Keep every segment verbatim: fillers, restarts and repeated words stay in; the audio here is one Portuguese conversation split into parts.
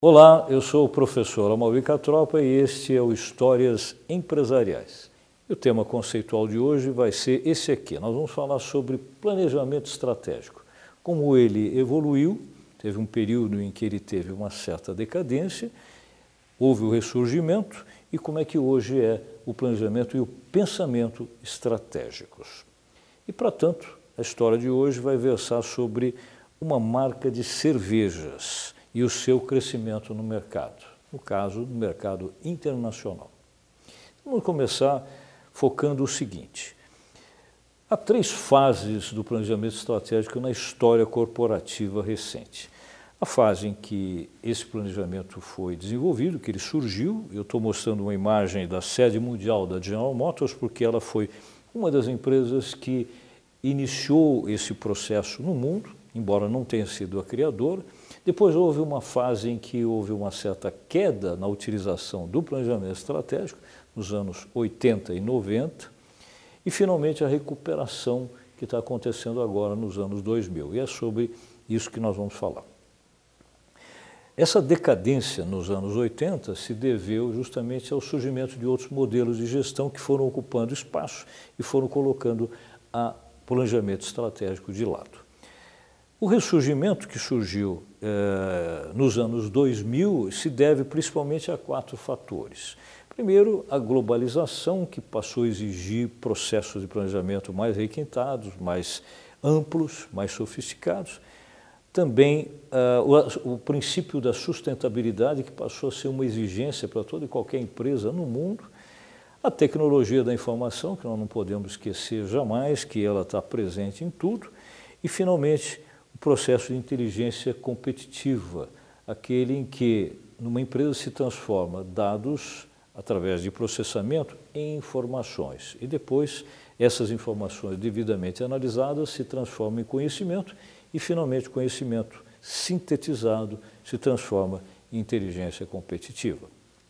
Olá, eu sou o professor Amaury Catropa e este é o Histórias Empresariais. E o tema conceitual de hoje vai ser esse aqui. Nós vamos falar sobre planejamento estratégico. Como ele evoluiu, teve um período em que ele teve uma certa decadência, houve o ressurgimento e como é que hoje é o planejamento e o pensamento estratégicos. E, para tanto, a história de hoje vai versar sobre uma marca de cervejas e o seu crescimento no mercado, no caso, no mercado internacional. Vamos começar focando o seguinte. Há três fases do planejamento estratégico na história corporativa recente. A fase em que esse planejamento foi desenvolvido, que ele surgiu, eu estou mostrando uma imagem da sede mundial da General Motors, porque ela foi uma das empresas que iniciou esse processo no mundo, embora não tenha sido a criadora. Depois houve uma fase em que houve uma certa queda na utilização do planejamento estratégico, nos anos oitenta e noventa, e finalmente a recuperação que está acontecendo agora nos anos dois mil. E é sobre isso que nós vamos falar. Essa decadência nos anos oitenta se deveu justamente ao surgimento de outros modelos de gestão que foram ocupando espaço e foram colocando o planejamento estratégico de lado. O ressurgimento que surgiu eh, nos anos dois mil se deve principalmente a quatro fatores. Primeiro, a globalização, que passou a exigir processos de planejamento mais requintados, mais amplos, mais sofisticados. Também uh, o, o princípio da sustentabilidade, que passou a ser uma exigência para toda e qualquer empresa no mundo. A tecnologia da informação, que nós não podemos esquecer jamais, que ela está presente em tudo. E, finalmente, o processo de inteligência competitiva, aquele em que numa empresa se transforma dados através de processamento em informações. E depois, essas informações devidamente analisadas se transformam em conhecimento e, finalmente, o conhecimento sintetizado se transforma em inteligência competitiva.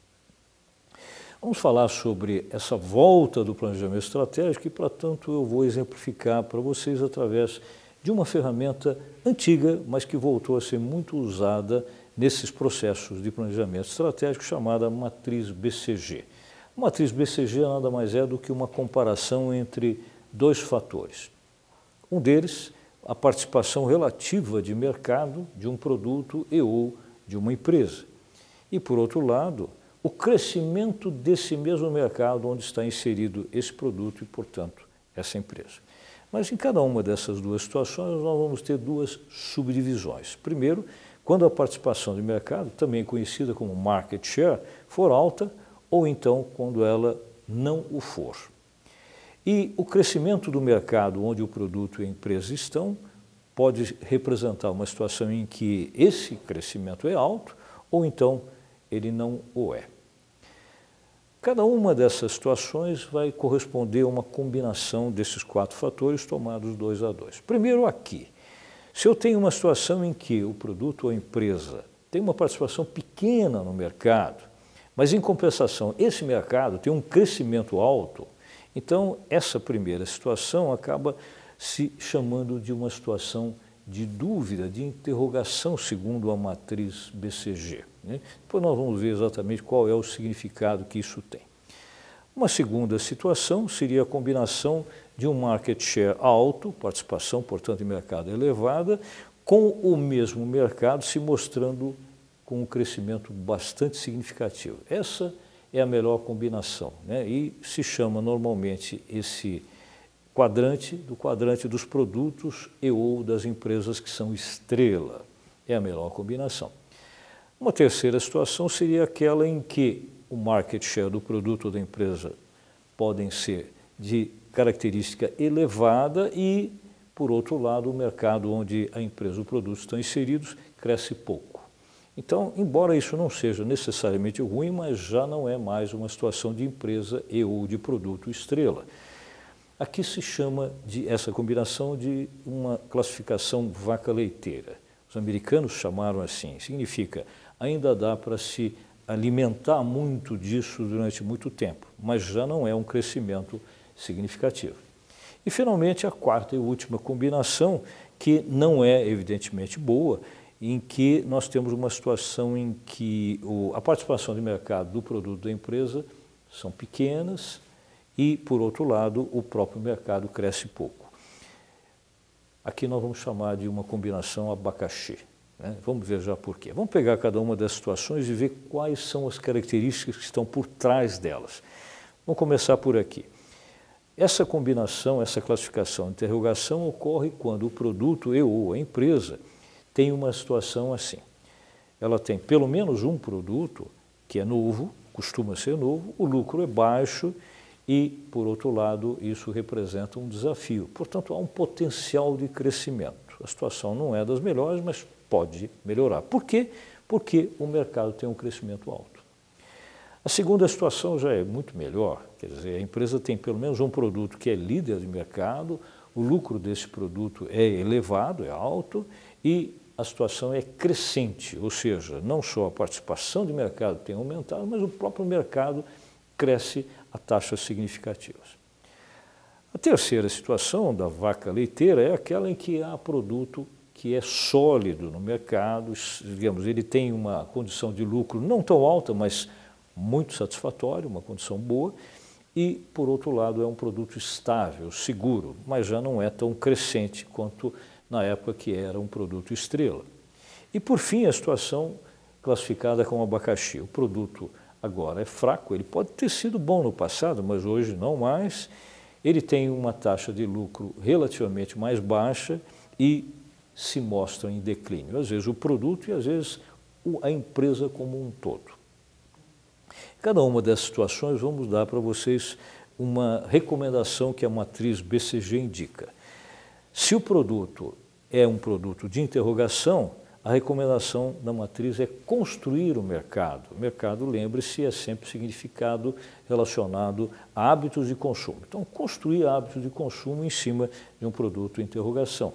Vamos falar sobre essa volta do planejamento estratégico e, para tanto, eu vou exemplificar para vocês através de uma ferramenta antiga, mas que voltou a ser muito usada nesses processos de planejamento estratégico, chamada matriz B C G. A matriz B C G nada mais é do que uma comparação entre dois fatores. Um deles, a participação relativa de mercado de um produto e ou de uma empresa. E, por outro lado, o crescimento desse mesmo mercado onde está inserido esse produto e, portanto, essa empresa. Mas em cada uma dessas duas situações nós vamos ter duas subdivisões. Primeiro, quando a participação de mercado, também conhecida como market share, for alta ou então quando ela não o for. E o crescimento do mercado onde o produto e a empresa estão pode representar uma situação em que esse crescimento é alto ou então ele não o é. Cada uma dessas situações vai corresponder a uma combinação desses quatro fatores tomados dois a dois. Primeiro aqui, se eu tenho uma situação em que o produto ou a empresa tem uma participação pequena no mercado, mas em compensação esse mercado tem um crescimento alto, então essa primeira situação acaba se chamando de uma situação de dúvida, de interrogação, segundo a matriz B C G. Né? Depois nós vamos ver exatamente qual é o significado que isso tem. Uma segunda situação seria a combinação de um market share alto, participação, portanto, em mercado elevada, com o mesmo mercado se mostrando com um crescimento bastante significativo. Essa é a melhor combinação, né? E se chama normalmente esse quadrante do quadrante dos produtos e ou das empresas que são estrela. É a melhor combinação. Uma terceira situação seria aquela em que o market share do produto ou da empresa podem ser de característica elevada e, por outro lado, o mercado onde a empresa ou o produto estão inseridos cresce pouco. Então, embora isso não seja necessariamente ruim, mas já não é mais uma situação de empresa e ou de produto estrela. Aqui se chama de essa combinação de uma classificação vaca leiteira. Os americanos chamaram assim, significa ainda dá para se alimentar muito disso durante muito tempo, mas já não é um crescimento significativo. E, finalmente, a quarta e última combinação, que não é evidentemente boa, em que nós temos uma situação em que o, a participação de mercado do produto da empresa são pequenas e, por outro lado, o próprio mercado cresce pouco. Aqui nós vamos chamar de uma combinação abacaxi, né? Vamos ver já por quê. Vamos pegar cada uma dessas situações e ver quais são as características que estão por trás delas. Vamos começar por aqui. Essa combinação, essa classificação de interrogação ocorre quando o produto e ou a empresa tem uma situação assim. Ela tem pelo menos um produto que é novo, costuma ser novo, o lucro é baixo e, por outro lado, isso representa um desafio. Portanto, há um potencial de crescimento. A situação não é das melhores, mas pode melhorar. Por quê? Porque o mercado tem um crescimento alto. A segunda situação já é muito melhor, quer dizer, a empresa tem pelo menos um produto que é líder de mercado, o lucro desse produto é elevado, é alto e a situação é crescente, ou seja, não só a participação de mercado tem aumentado, mas o próprio mercado cresce a taxas significativas. A terceira situação da vaca leiteira é aquela em que há produto que é sólido no mercado, digamos, ele tem uma condição de lucro não tão alta, mas muito satisfatória, uma condição boa, e, por outro lado, é um produto estável, seguro, mas já não é tão crescente quanto na época que era um produto estrela. E, por fim, a situação classificada como abacaxi. O produto agora é fraco, ele pode ter sido bom no passado, mas hoje não mais. Ele tem uma taxa de lucro relativamente mais baixa e se mostra em declínio. Às vezes o produto e às vezes a empresa como um todo. Cada uma dessas situações vamos dar para vocês uma recomendação que a matriz B C G indica. Se o produto é um produto de interrogação, a recomendação da matriz é construir o mercado. O mercado, lembre-se, é sempre significado relacionado a hábitos de consumo. Então, construir hábitos de consumo em cima de um produto de interrogação.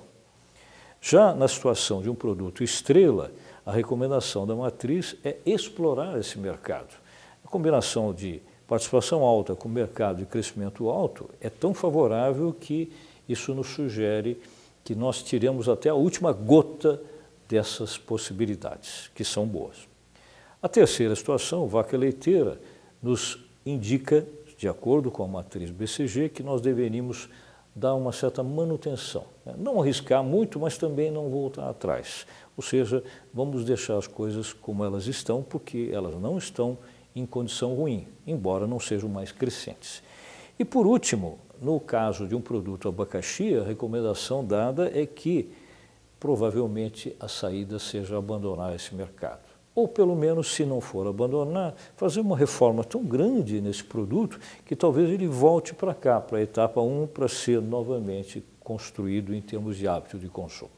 Já na situação de um produto estrela, a recomendação da matriz é explorar esse mercado. A combinação de participação alta com mercado de crescimento alto é tão favorável que isso nos sugere que nós tiremos até a última gota dessas possibilidades, que são boas. A terceira situação, vaca leiteira, nos indica, de acordo com a matriz B C G, que nós deveríamos dar uma certa manutenção. Né? Não arriscar muito, mas também não voltar atrás. Ou seja, vamos deixar as coisas como elas estão, porque elas não estão em condição ruim, embora não sejam mais crescentes. E por último, no caso de um produto abacaxi, a recomendação dada é que provavelmente a saída seja abandonar esse mercado. Ou pelo menos, se não for abandonar, fazer uma reforma tão grande nesse produto que talvez ele volte para cá, para a etapa um, para ser novamente construído em termos de hábito de consumo.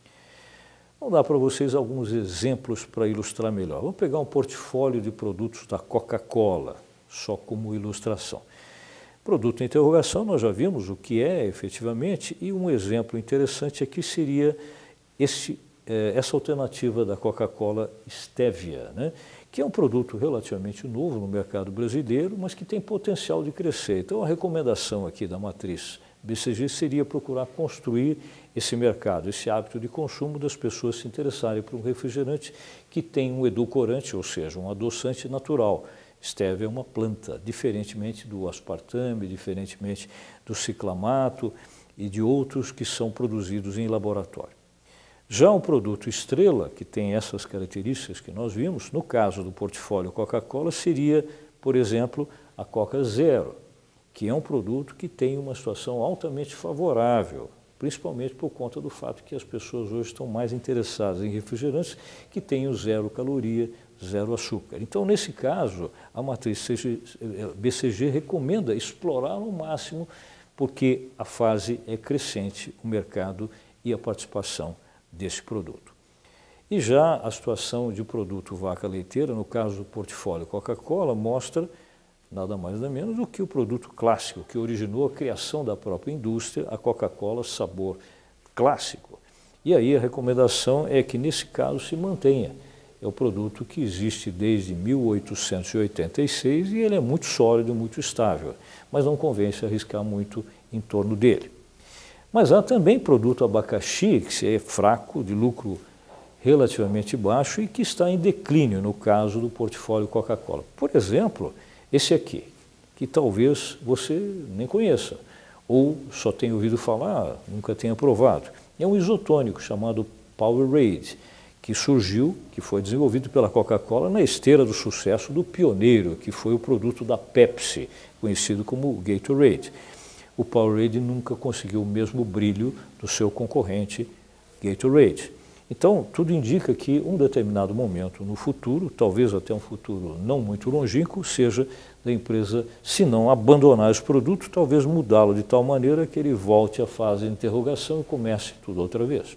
Vou dar para vocês alguns exemplos para ilustrar melhor. Vamos pegar um portfólio de produtos da Coca-Cola, só como ilustração. Produto em interrogação, nós já vimos o que é efetivamente, e um exemplo interessante aqui seria esse, eh, essa alternativa da Coca-Cola Stevia, né? Que é um produto relativamente novo no mercado brasileiro, mas que tem potencial de crescer. Então a recomendação aqui da matriz B C G seria procurar construir esse mercado, esse hábito de consumo das pessoas se interessarem por um refrigerante que tem um edulcorante, ou seja, um adoçante natural. Stevia é uma planta, diferentemente do aspartame, diferentemente do ciclamato e de outros que são produzidos em laboratório. Já um produto estrela, que tem essas características que nós vimos, no caso do portfólio Coca-Cola, seria, por exemplo, a Coca Zero, que é um produto que tem uma situação altamente favorável, principalmente por conta do fato que as pessoas hoje estão mais interessadas em refrigerantes que tenham zero caloria, zero açúcar. Então, nesse caso, a matriz B C G recomenda explorar ao máximo, porque a fase é crescente, o mercado e a participação desse produto. E já a situação de produto vaca leiteira, no caso do portfólio Coca-Cola, mostra nada mais nada menos do que o produto clássico, que originou a criação da própria indústria, a Coca-Cola sabor clássico. E aí a recomendação é que nesse caso se mantenha. É o produto que existe desde mil oitocentos e oitenta e seis e ele é muito sólido, muito estável, mas não convém se arriscar muito em torno dele. Mas há também produto abacaxi, que é fraco, de lucro relativamente baixo e que está em declínio no caso do portfólio Coca-Cola. Por exemplo, esse aqui, que talvez você nem conheça, ou só tenha ouvido falar, nunca tenha provado. É um isotônico chamado Powerade, que surgiu, que foi desenvolvido pela Coca-Cola na esteira do sucesso do pioneiro, que foi o produto da Pepsi, conhecido como Gatorade. O Powerade nunca conseguiu o mesmo brilho do seu concorrente Gatorade. Então, tudo indica que um determinado momento no futuro, talvez até um futuro não muito longínquo, seja da empresa, se não abandonar esse produto, talvez mudá-lo de tal maneira que ele volte à fase de interrogação e comece tudo outra vez.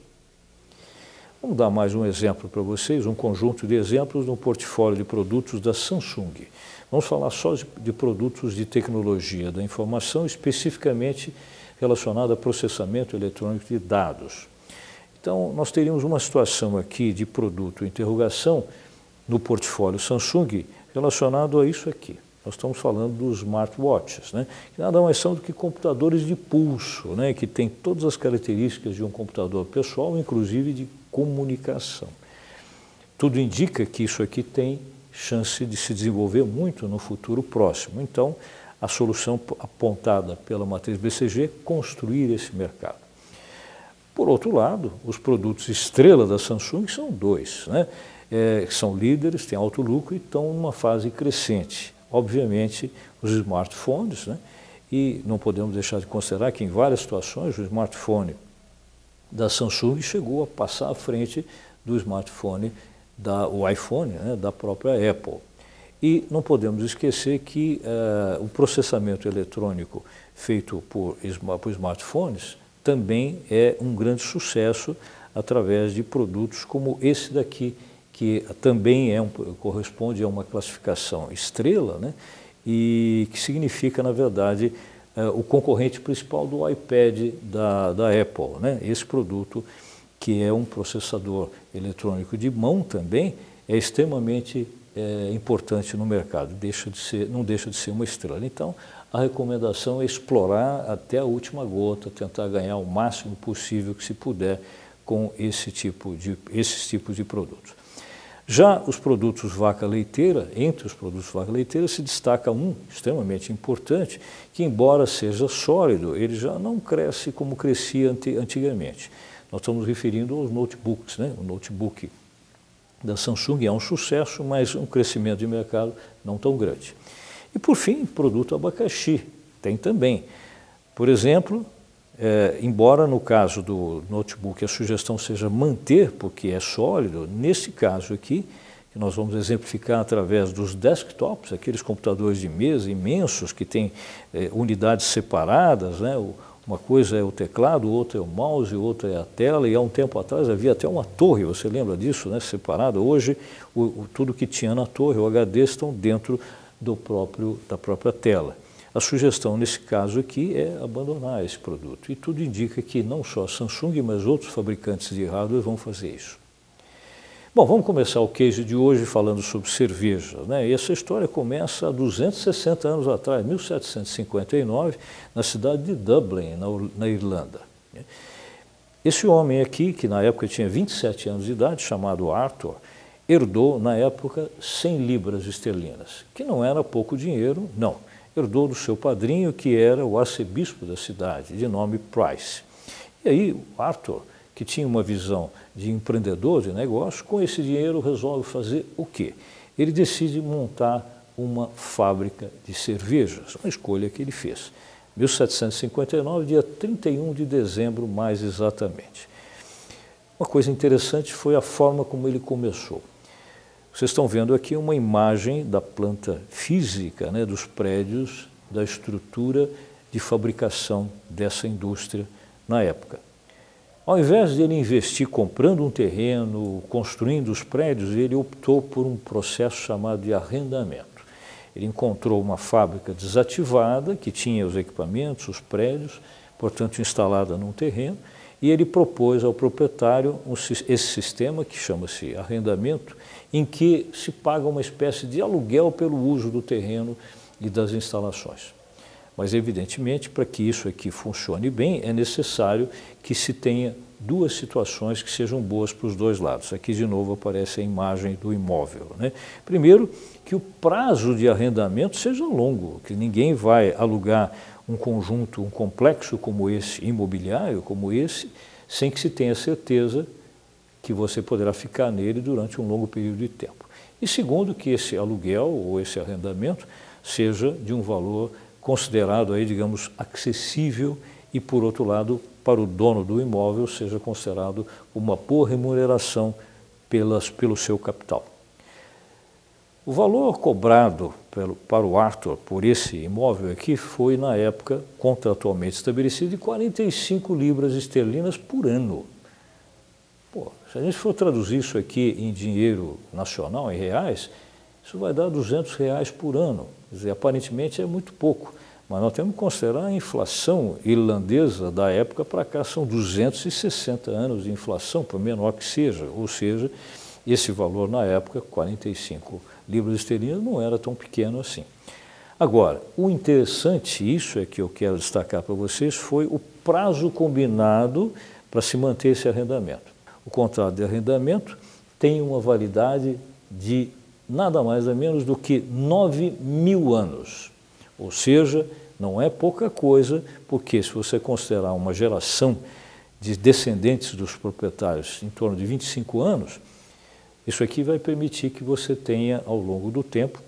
Vamos dar mais um exemplo para vocês, um conjunto de exemplos no portfólio de produtos da Samsung. Vamos falar só de, de produtos de tecnologia da informação, especificamente relacionado a processamento eletrônico de dados. Então, nós teríamos uma situação aqui de produto interrogação no portfólio Samsung relacionado a isso aqui. Nós estamos falando dos smartwatches, né? Que nada mais são do que computadores de pulso, né? Que tem todas as características de um computador pessoal, inclusive de comunicação. Tudo indica que isso aqui tem chance de se desenvolver muito no futuro próximo. Então, a solução apontada pela matriz B C G é construir esse mercado. Por outro lado, os produtos estrela da Samsung são dois, né? É, são líderes, têm alto lucro e estão numa fase crescente. Obviamente, os smartphones, né? E não podemos deixar de considerar que em várias situações o smartphone da Samsung chegou a passar à frente do smartphone, da, o iPhone, né? Da própria Apple. E não podemos esquecer que uh, o processamento eletrônico feito por, por smartphones também é um grande sucesso através de produtos como esse daqui, que também é um, corresponde a uma classificação estrela, né? E que significa, na verdade, uh, o concorrente principal do iPad da, da Apple, né? Esse produto, que é um processador eletrônico de mão também, é extremamente é, importante no mercado, deixa de ser, não deixa de ser uma estrela. Então, a recomendação é explorar até a última gota, tentar ganhar o máximo possível que se puder com esse tipo de, esses tipos de produtos. Já os produtos vaca leiteira, entre os produtos vaca leiteira se destaca um extremamente importante, que embora seja sólido, ele já não cresce como crescia antigamente. Nós estamos referindo aos notebooks, né? O notebook da Samsung é um sucesso, mas um crescimento de mercado não tão grande. E por fim, produto abacaxi, tem também. Por exemplo, é, embora no caso do notebook a sugestão seja manter, porque é sólido, nesse caso aqui, que nós vamos exemplificar através dos desktops, aqueles computadores de mesa imensos que têm é, unidades separadas, né? O, uma coisa é o teclado, outra é o mouse, outra é a tela, e há um tempo atrás havia até uma torre, você lembra disso, né, separada? Hoje, o, o, tudo que tinha na torre, o H D, estão dentro do próprio, da própria tela. A sugestão nesse caso aqui é abandonar esse produto, e tudo indica que não só a Samsung, mas outros fabricantes de hardware vão fazer isso. Bom, vamos começar o case de hoje falando sobre cerveja, né? E essa história começa há duzentos e sessenta anos atrás, mil setecentos e cinquenta e nove, na cidade de Dublin, na, na Irlanda. Esse homem aqui, que na época tinha vinte e sete anos de idade, chamado Arthur, herdou, na época, cem libras esterlinas, que não era pouco dinheiro, não. Herdou do seu padrinho, que era o arcebispo da cidade, de nome Price. E aí, o Arthur, que tinha uma visão de empreendedor de negócio, com esse dinheiro resolve fazer o quê? Ele decide montar uma fábrica de cervejas, uma escolha que ele fez. mil setecentos e cinquenta e nove, dia trinta e um de dezembro, mais exatamente. Uma coisa interessante foi a forma como ele começou. Vocês estão vendo aqui uma imagem da planta física, né, dos prédios, da estrutura de fabricação dessa indústria na época. Ao invés de ele investir comprando um terreno, construindo os prédios, ele optou por um processo chamado de arrendamento. Ele encontrou uma fábrica desativada, que tinha os equipamentos, os prédios, portanto instalada num terreno, e ele propôs ao proprietário um, esse sistema que chama-se arrendamento, em que se paga uma espécie de aluguel pelo uso do terreno e das instalações. Mas, evidentemente, para que isso aqui funcione bem, é necessário que se tenha duas situações que sejam boas para os dois lados. Aqui, de novo, aparece a imagem do imóvel, né? Primeiro, que o prazo de arrendamento seja longo, que ninguém vai alugar um conjunto, um complexo como esse, imobiliário como esse, sem que se tenha certeza que você poderá ficar nele durante um longo período de tempo. E segundo, que esse aluguel ou esse arrendamento seja de um valor considerado aí, digamos, acessível e, por outro lado, para o dono do imóvel, seja considerado uma boa remuneração pelas, pelo seu capital. O valor cobrado pelo, para o Arthur por esse imóvel aqui foi, na época, contratualmente estabelecido de quarenta e cinco libras esterlinas por ano. Pô, se a gente for traduzir isso aqui em dinheiro nacional, em reais, isso vai dar duzentos reais por ano. Quer dizer, aparentemente é muito pouco, mas nós temos que considerar a inflação irlandesa da época para cá, são duzentos e sessenta anos de inflação, por menor que seja, ou seja, esse valor na época, quarenta e cinco libras esterlinas, não era tão pequeno assim. Agora, o interessante, isso é que eu quero destacar para vocês, foi o prazo combinado para se manter esse arrendamento. O contrato de arrendamento tem uma validade de nada mais ou menos do que nove mil anos. Ou seja, não é pouca coisa, porque se você considerar uma geração de descendentes dos proprietários em torno de vinte e cinco anos, isso aqui vai permitir que você tenha, ao longo do tempo,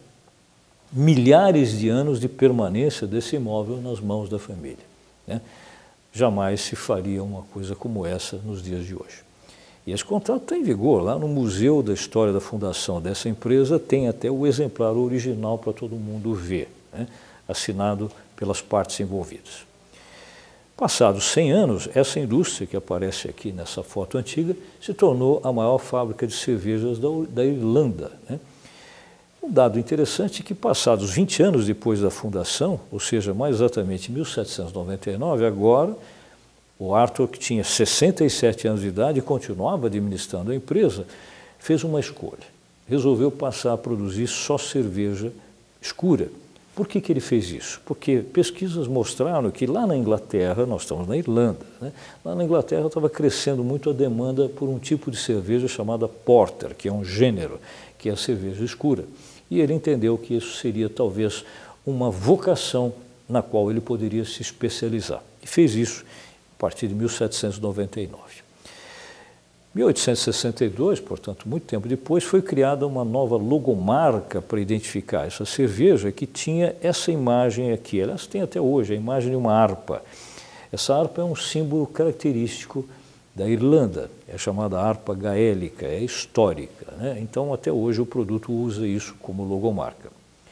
milhares de anos de permanência desse imóvel nas mãos da família, né? Jamais se faria uma coisa como essa nos dias de hoje. E esse contrato está em vigor. Lá no Museu da História da Fundação dessa empresa tem até o exemplar original para todo mundo ver, né? Assinado pelas partes envolvidas. Passados cem anos, essa indústria que aparece aqui nessa foto antiga se tornou a maior fábrica de cervejas da, da Irlanda, né? Um dado interessante é que, passados vinte anos depois da fundação, ou seja, mais exatamente em mil setecentos e noventa e nove, agora, o Arthur, que tinha sessenta e sete anos de idade e continuava administrando a empresa, fez uma escolha. Resolveu passar a produzir só cerveja escura. Por que que ele fez isso? Porque pesquisas mostraram que lá na Inglaterra, nós estamos na Irlanda, né? Lá na Inglaterra estava crescendo muito a demanda por um tipo de cerveja chamada Porter, que é um gênero, que é a cerveja escura. E ele entendeu que isso seria talvez uma vocação na qual ele poderia se especializar. E fez isso a partir de mil setecentos e noventa e nove. Em mil oitocentos e sessenta e dois, portanto, muito tempo depois, foi criada uma nova logomarca para identificar essa cerveja que tinha essa imagem aqui. Elas têm até hoje a imagem de uma harpa. Essa harpa é um símbolo característico da Irlanda, é chamada harpa gaélica, é histórica, né? Então, até hoje, o produto usa isso como logomarca.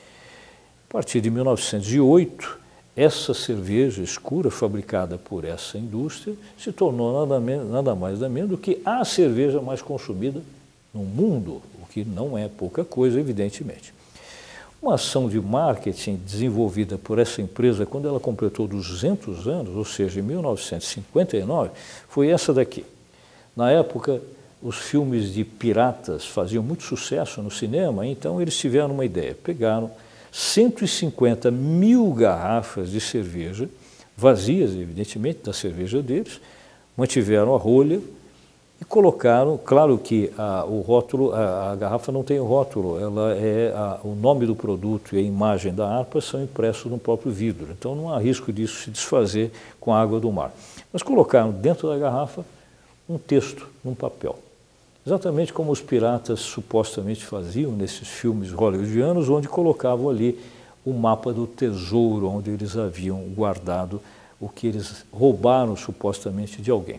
A partir de mil novecentos e oito, essa cerveja escura, fabricada por essa indústria, se tornou nada, menos, nada mais nada menos do que a cerveja mais consumida no mundo, o que não é pouca coisa, evidentemente. Uma ação de marketing desenvolvida por essa empresa quando ela completou duzentos anos, ou seja, em mil novecentos e cinquenta e nove, foi essa daqui. Na época, os filmes de piratas faziam muito sucesso no cinema, então eles tiveram uma ideia, pegaram cento e cinquenta mil garrafas de cerveja, vazias, evidentemente, da cerveja deles, mantiveram a rolha e colocaram, claro que a, o rótulo, a, a garrafa não tem o rótulo, ela é a, o nome do produto e a imagem da harpa são impressos no próprio vidro, então não há risco disso se desfazer com a água do mar. Mas colocaram dentro da garrafa um texto num papel. Exatamente como os piratas supostamente faziam nesses filmes hollywoodianos, onde colocavam ali o mapa do tesouro, onde eles haviam guardado o que eles roubaram supostamente de alguém.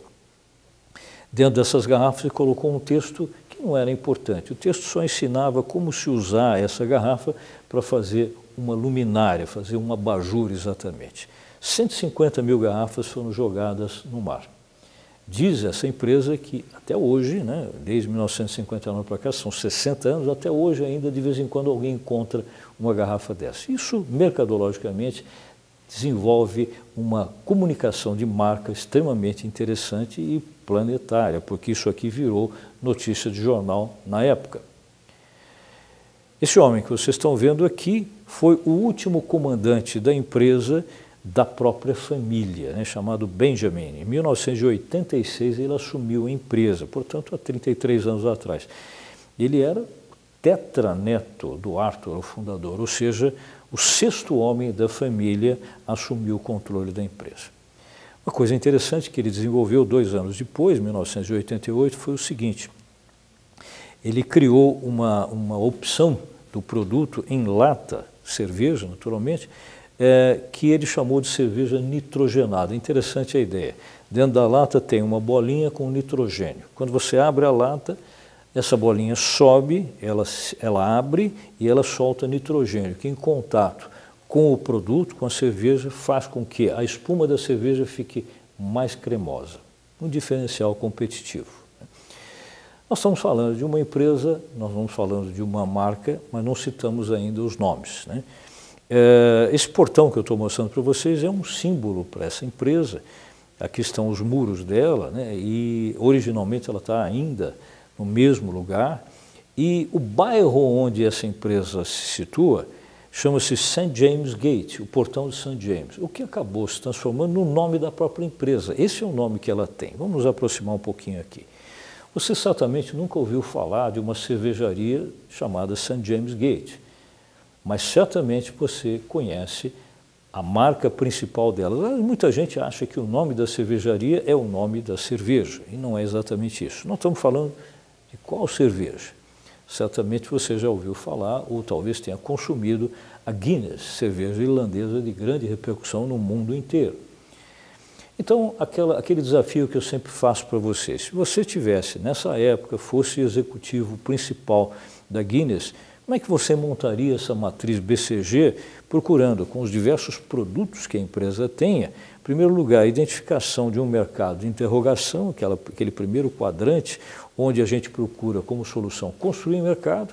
Dentro dessas garrafas ele colocou um texto que não era importante. O texto só ensinava como se usar essa garrafa para fazer uma luminária, fazer um abajur exatamente. cento e cinquenta mil garrafas foram jogadas no mar. Diz essa empresa que até hoje, né, desde mil novecentos e cinquenta e nove para cá, são sessenta anos, até hoje ainda de vez em quando alguém encontra uma garrafa dessa. Isso, mercadologicamente, desenvolve uma comunicação de marca extremamente interessante e planetária, porque isso aqui virou notícia de jornal na época. Esse homem que vocês estão vendo aqui foi o último comandante da empresa da própria família, né, chamado Benjamin. Em mil novecentos e oitenta e seis ele assumiu a empresa, portanto há trinta e três anos atrás. Ele era tetraneto do Arthur, o fundador, ou seja, o sexto homem da família assumiu o controle da empresa. Uma coisa interessante que ele desenvolveu dois anos depois, em mil novecentos e oitenta e oito, foi o seguinte: ele criou uma, uma opção do produto em lata, cerveja naturalmente, é, que ele chamou de cerveja nitrogenada. Interessante a ideia. Dentro da lata tem uma bolinha com nitrogênio. Quando você abre a lata, essa bolinha sobe, ela, ela abre e ela solta nitrogênio, que em contato com o produto, com a cerveja, faz com que a espuma da cerveja fique mais cremosa. Um diferencial competitivo. Nós estamos falando de uma empresa, nós estamos falando de uma marca, mas não citamos ainda os nomes, né? Esse portão que eu estou mostrando para vocês é um símbolo para essa empresa. Aqui estão os muros dela, né? E originalmente ela está ainda no mesmo lugar. E o bairro onde essa empresa se situa chama-se Saint James Gate, o portão de Saint James, o que acabou se transformando no nome da própria empresa. Esse é o nome que ela tem. Vamos nos aproximar um pouquinho aqui. Você certamente nunca ouviu falar de uma cervejaria chamada Saint James Gate, mas certamente você conhece a marca principal dela. Muita gente acha que o nome da cervejaria é o nome da cerveja, e não é exatamente isso. Nós estamos falando de qual cerveja? Certamente você já ouviu falar, ou talvez tenha consumido, a Guinness, cerveja irlandesa de grande repercussão no mundo inteiro. Então, aquela, aquele desafio que eu sempre faço para você, se você tivesse, nessa época, fosse executivo principal da Guinness, como é que você montaria essa matriz B C G, procurando, com os diversos produtos que a empresa tenha, em primeiro lugar, a identificação de um mercado de interrogação, aquela, aquele primeiro quadrante, onde a gente procura como solução construir mercado,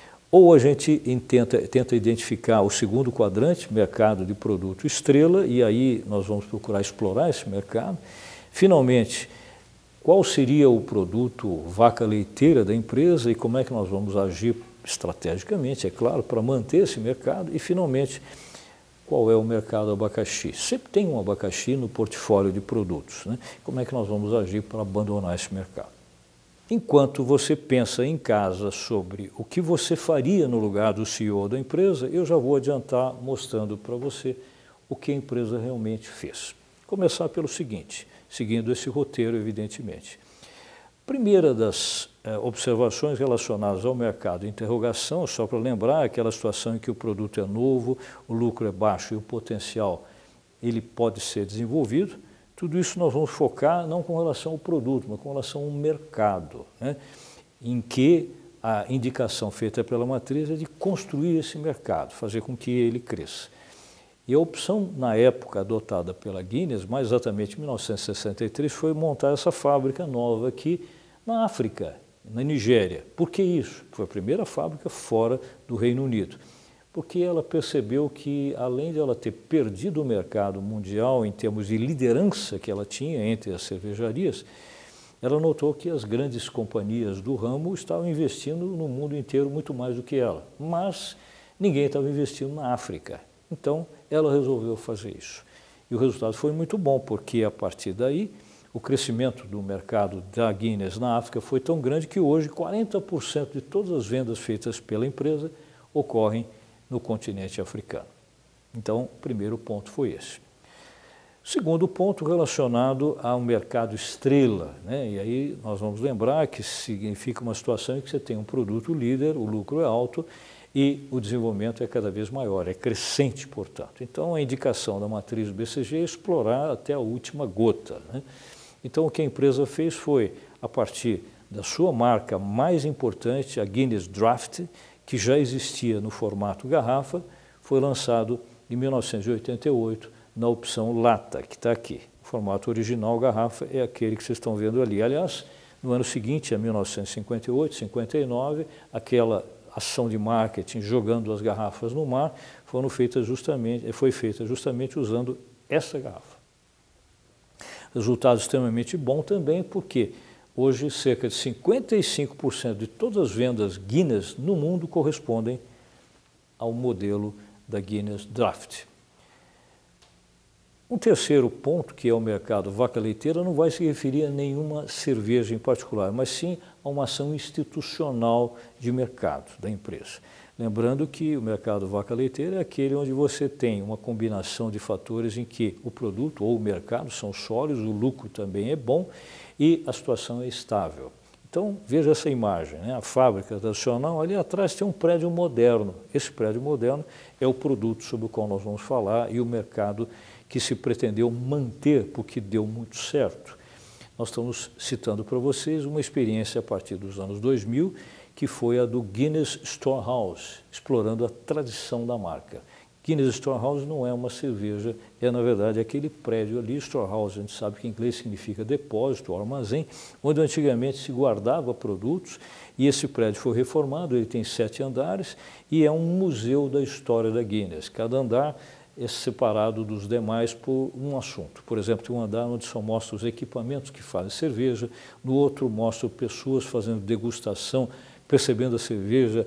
ou a gente tenta, tenta identificar o segundo quadrante, mercado de produto estrela, e aí nós vamos procurar explorar esse mercado. Finalmente, qual seria o produto vaca leiteira da empresa e como é que nós vamos agir estrategicamente, é claro, para manter esse mercado. E finalmente, qual é o mercado abacaxi? Sempre tem um abacaxi no portfólio de produtos, né? Como é que nós vamos agir para abandonar esse mercado? Enquanto você pensa em casa sobre o que você faria no lugar do C E O da empresa, eu já vou adiantar mostrando para você o que a empresa realmente fez. Começar pelo seguinte, seguindo esse roteiro, evidentemente. Primeira das eh, observações relacionadas ao mercado de interrogação, só para lembrar, aquela situação em que o produto é novo, o lucro é baixo e o potencial ele pode ser desenvolvido. Tudo isso nós vamos focar não com relação ao produto, mas com relação ao mercado, né? Em que a indicação feita pela matriz é de construir esse mercado, fazer com que ele cresça. E a opção, na época adotada pela Guinness, mais exatamente em mil novecentos e sessenta e três, foi montar essa fábrica nova aqui na África, na Nigéria. Por que isso? Foi a primeira fábrica fora do Reino Unido. Porque ela percebeu que, além de ela ter perdido o mercado mundial em termos de liderança que ela tinha entre as cervejarias, ela notou que as grandes companhias do ramo estavam investindo no mundo inteiro muito mais do que ela, mas ninguém estava investindo na África. Então, ela resolveu fazer isso. E o resultado foi muito bom, porque a partir daí, o crescimento do mercado da Guinness na África foi tão grande que hoje quarenta por cento de todas as vendas feitas pela empresa ocorrem no continente africano. Então, o primeiro ponto foi esse. Segundo ponto relacionado ao mercado estrela, né? E aí nós vamos lembrar que significa uma situação em que você tem um produto líder, o lucro é alto e o desenvolvimento é cada vez maior, é crescente, portanto. Então, a indicação da matriz B C G é explorar até a última gota, né? Então, o que a empresa fez foi, a partir da sua marca mais importante, a Guinness Draught, que já existia no formato garrafa, foi lançado em mil novecentos e oitenta e oito na opção lata, que está aqui. O formato original garrafa é aquele que vocês estão vendo ali. Aliás, no ano seguinte, em mil novecentos e cinquenta e oito, cinquenta e nove, aquela ação de marketing jogando as garrafas no mar foram feitas justamente, foi feita justamente usando essa garrafa. Resultado extremamente bom também porque hoje, cerca de cinquenta e cinco por cento de todas as vendas Guinness no mundo correspondem ao modelo da Guinness Draught. Um terceiro ponto, que é o mercado vaca leiteira, não vai se referir a nenhuma cerveja em particular, mas sim a uma ação institucional de mercado da empresa. Lembrando que o mercado vaca leiteira é aquele onde você tem uma combinação de fatores em que o produto ou o mercado são sólidos, o lucro também é bom e a situação é estável. Então, veja essa imagem, né? A fábrica tradicional, ali atrás tem um prédio moderno. Esse prédio moderno é o produto sobre o qual nós vamos falar e o mercado que se pretendeu manter porque deu muito certo. Nós estamos citando para vocês uma experiência a partir dos anos dois mil, que foi a do Guinness Storehouse, explorando a tradição da marca. Guinness Storehouse não é uma cerveja, é na verdade aquele prédio ali, Storehouse, a gente sabe que em inglês significa depósito, armazém, onde antigamente se guardava produtos, e esse prédio foi reformado, ele tem sete andares e é um museu da história da Guinness. Cada andar é separado dos demais por um assunto. Por exemplo, tem um andar onde só mostra os equipamentos que fazem cerveja, no outro mostra pessoas fazendo degustação, percebendo a cerveja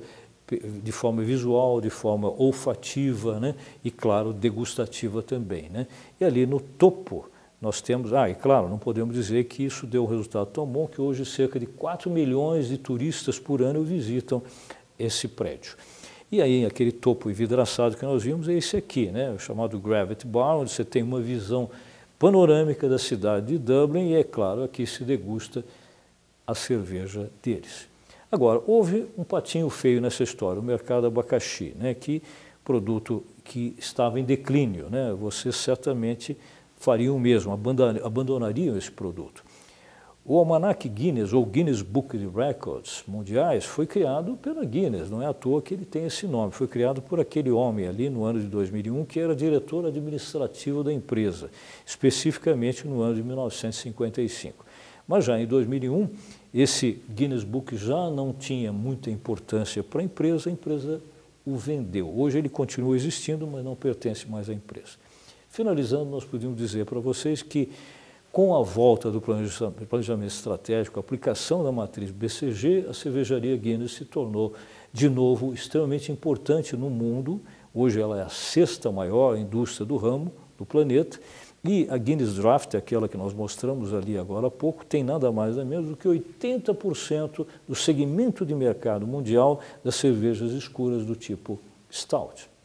de forma visual, de forma olfativa, né? E, claro, degustativa também, né? E ali no topo nós temos, ah, e claro, não podemos dizer que isso deu um resultado tão bom que hoje cerca de quatro milhões de turistas por ano visitam esse prédio. E aí, aquele topo envidraçado que nós vimos é esse aqui, né? O chamado Gravity Bar, onde você tem uma visão panorâmica da cidade de Dublin e, é claro, aqui se degusta a cerveja deles. Agora, houve um patinho feio nessa história, o mercado abacaxi, né? Que produto que estava em declínio, né? Vocês certamente fariam o mesmo, abandonariam esse produto. O Almanac Guinness, ou Guinness Book of Records mundiais, foi criado pela Guinness, não é à toa que ele tem esse nome. Foi criado por aquele homem ali no ano de dois mil e um, que era diretor administrativo da empresa, especificamente no ano de mil novecentos e cinquenta e cinco. Mas já em dois mil e um, esse Guinness Book já não tinha muita importância para a empresa, a empresa o vendeu. Hoje ele continua existindo, mas não pertence mais à empresa. Finalizando, nós podemos dizer para vocês que, com a volta do planejamento estratégico, a aplicação da matriz B C G, a cervejaria Guinness se tornou, de novo, extremamente importante no mundo. Hoje ela é a sexta maior indústria do ramo do planeta. E a Guinness Draught, aquela que nós mostramos ali agora há pouco, tem nada mais nem menos do que oitenta por cento do segmento de mercado mundial das cervejas escuras do tipo Stout.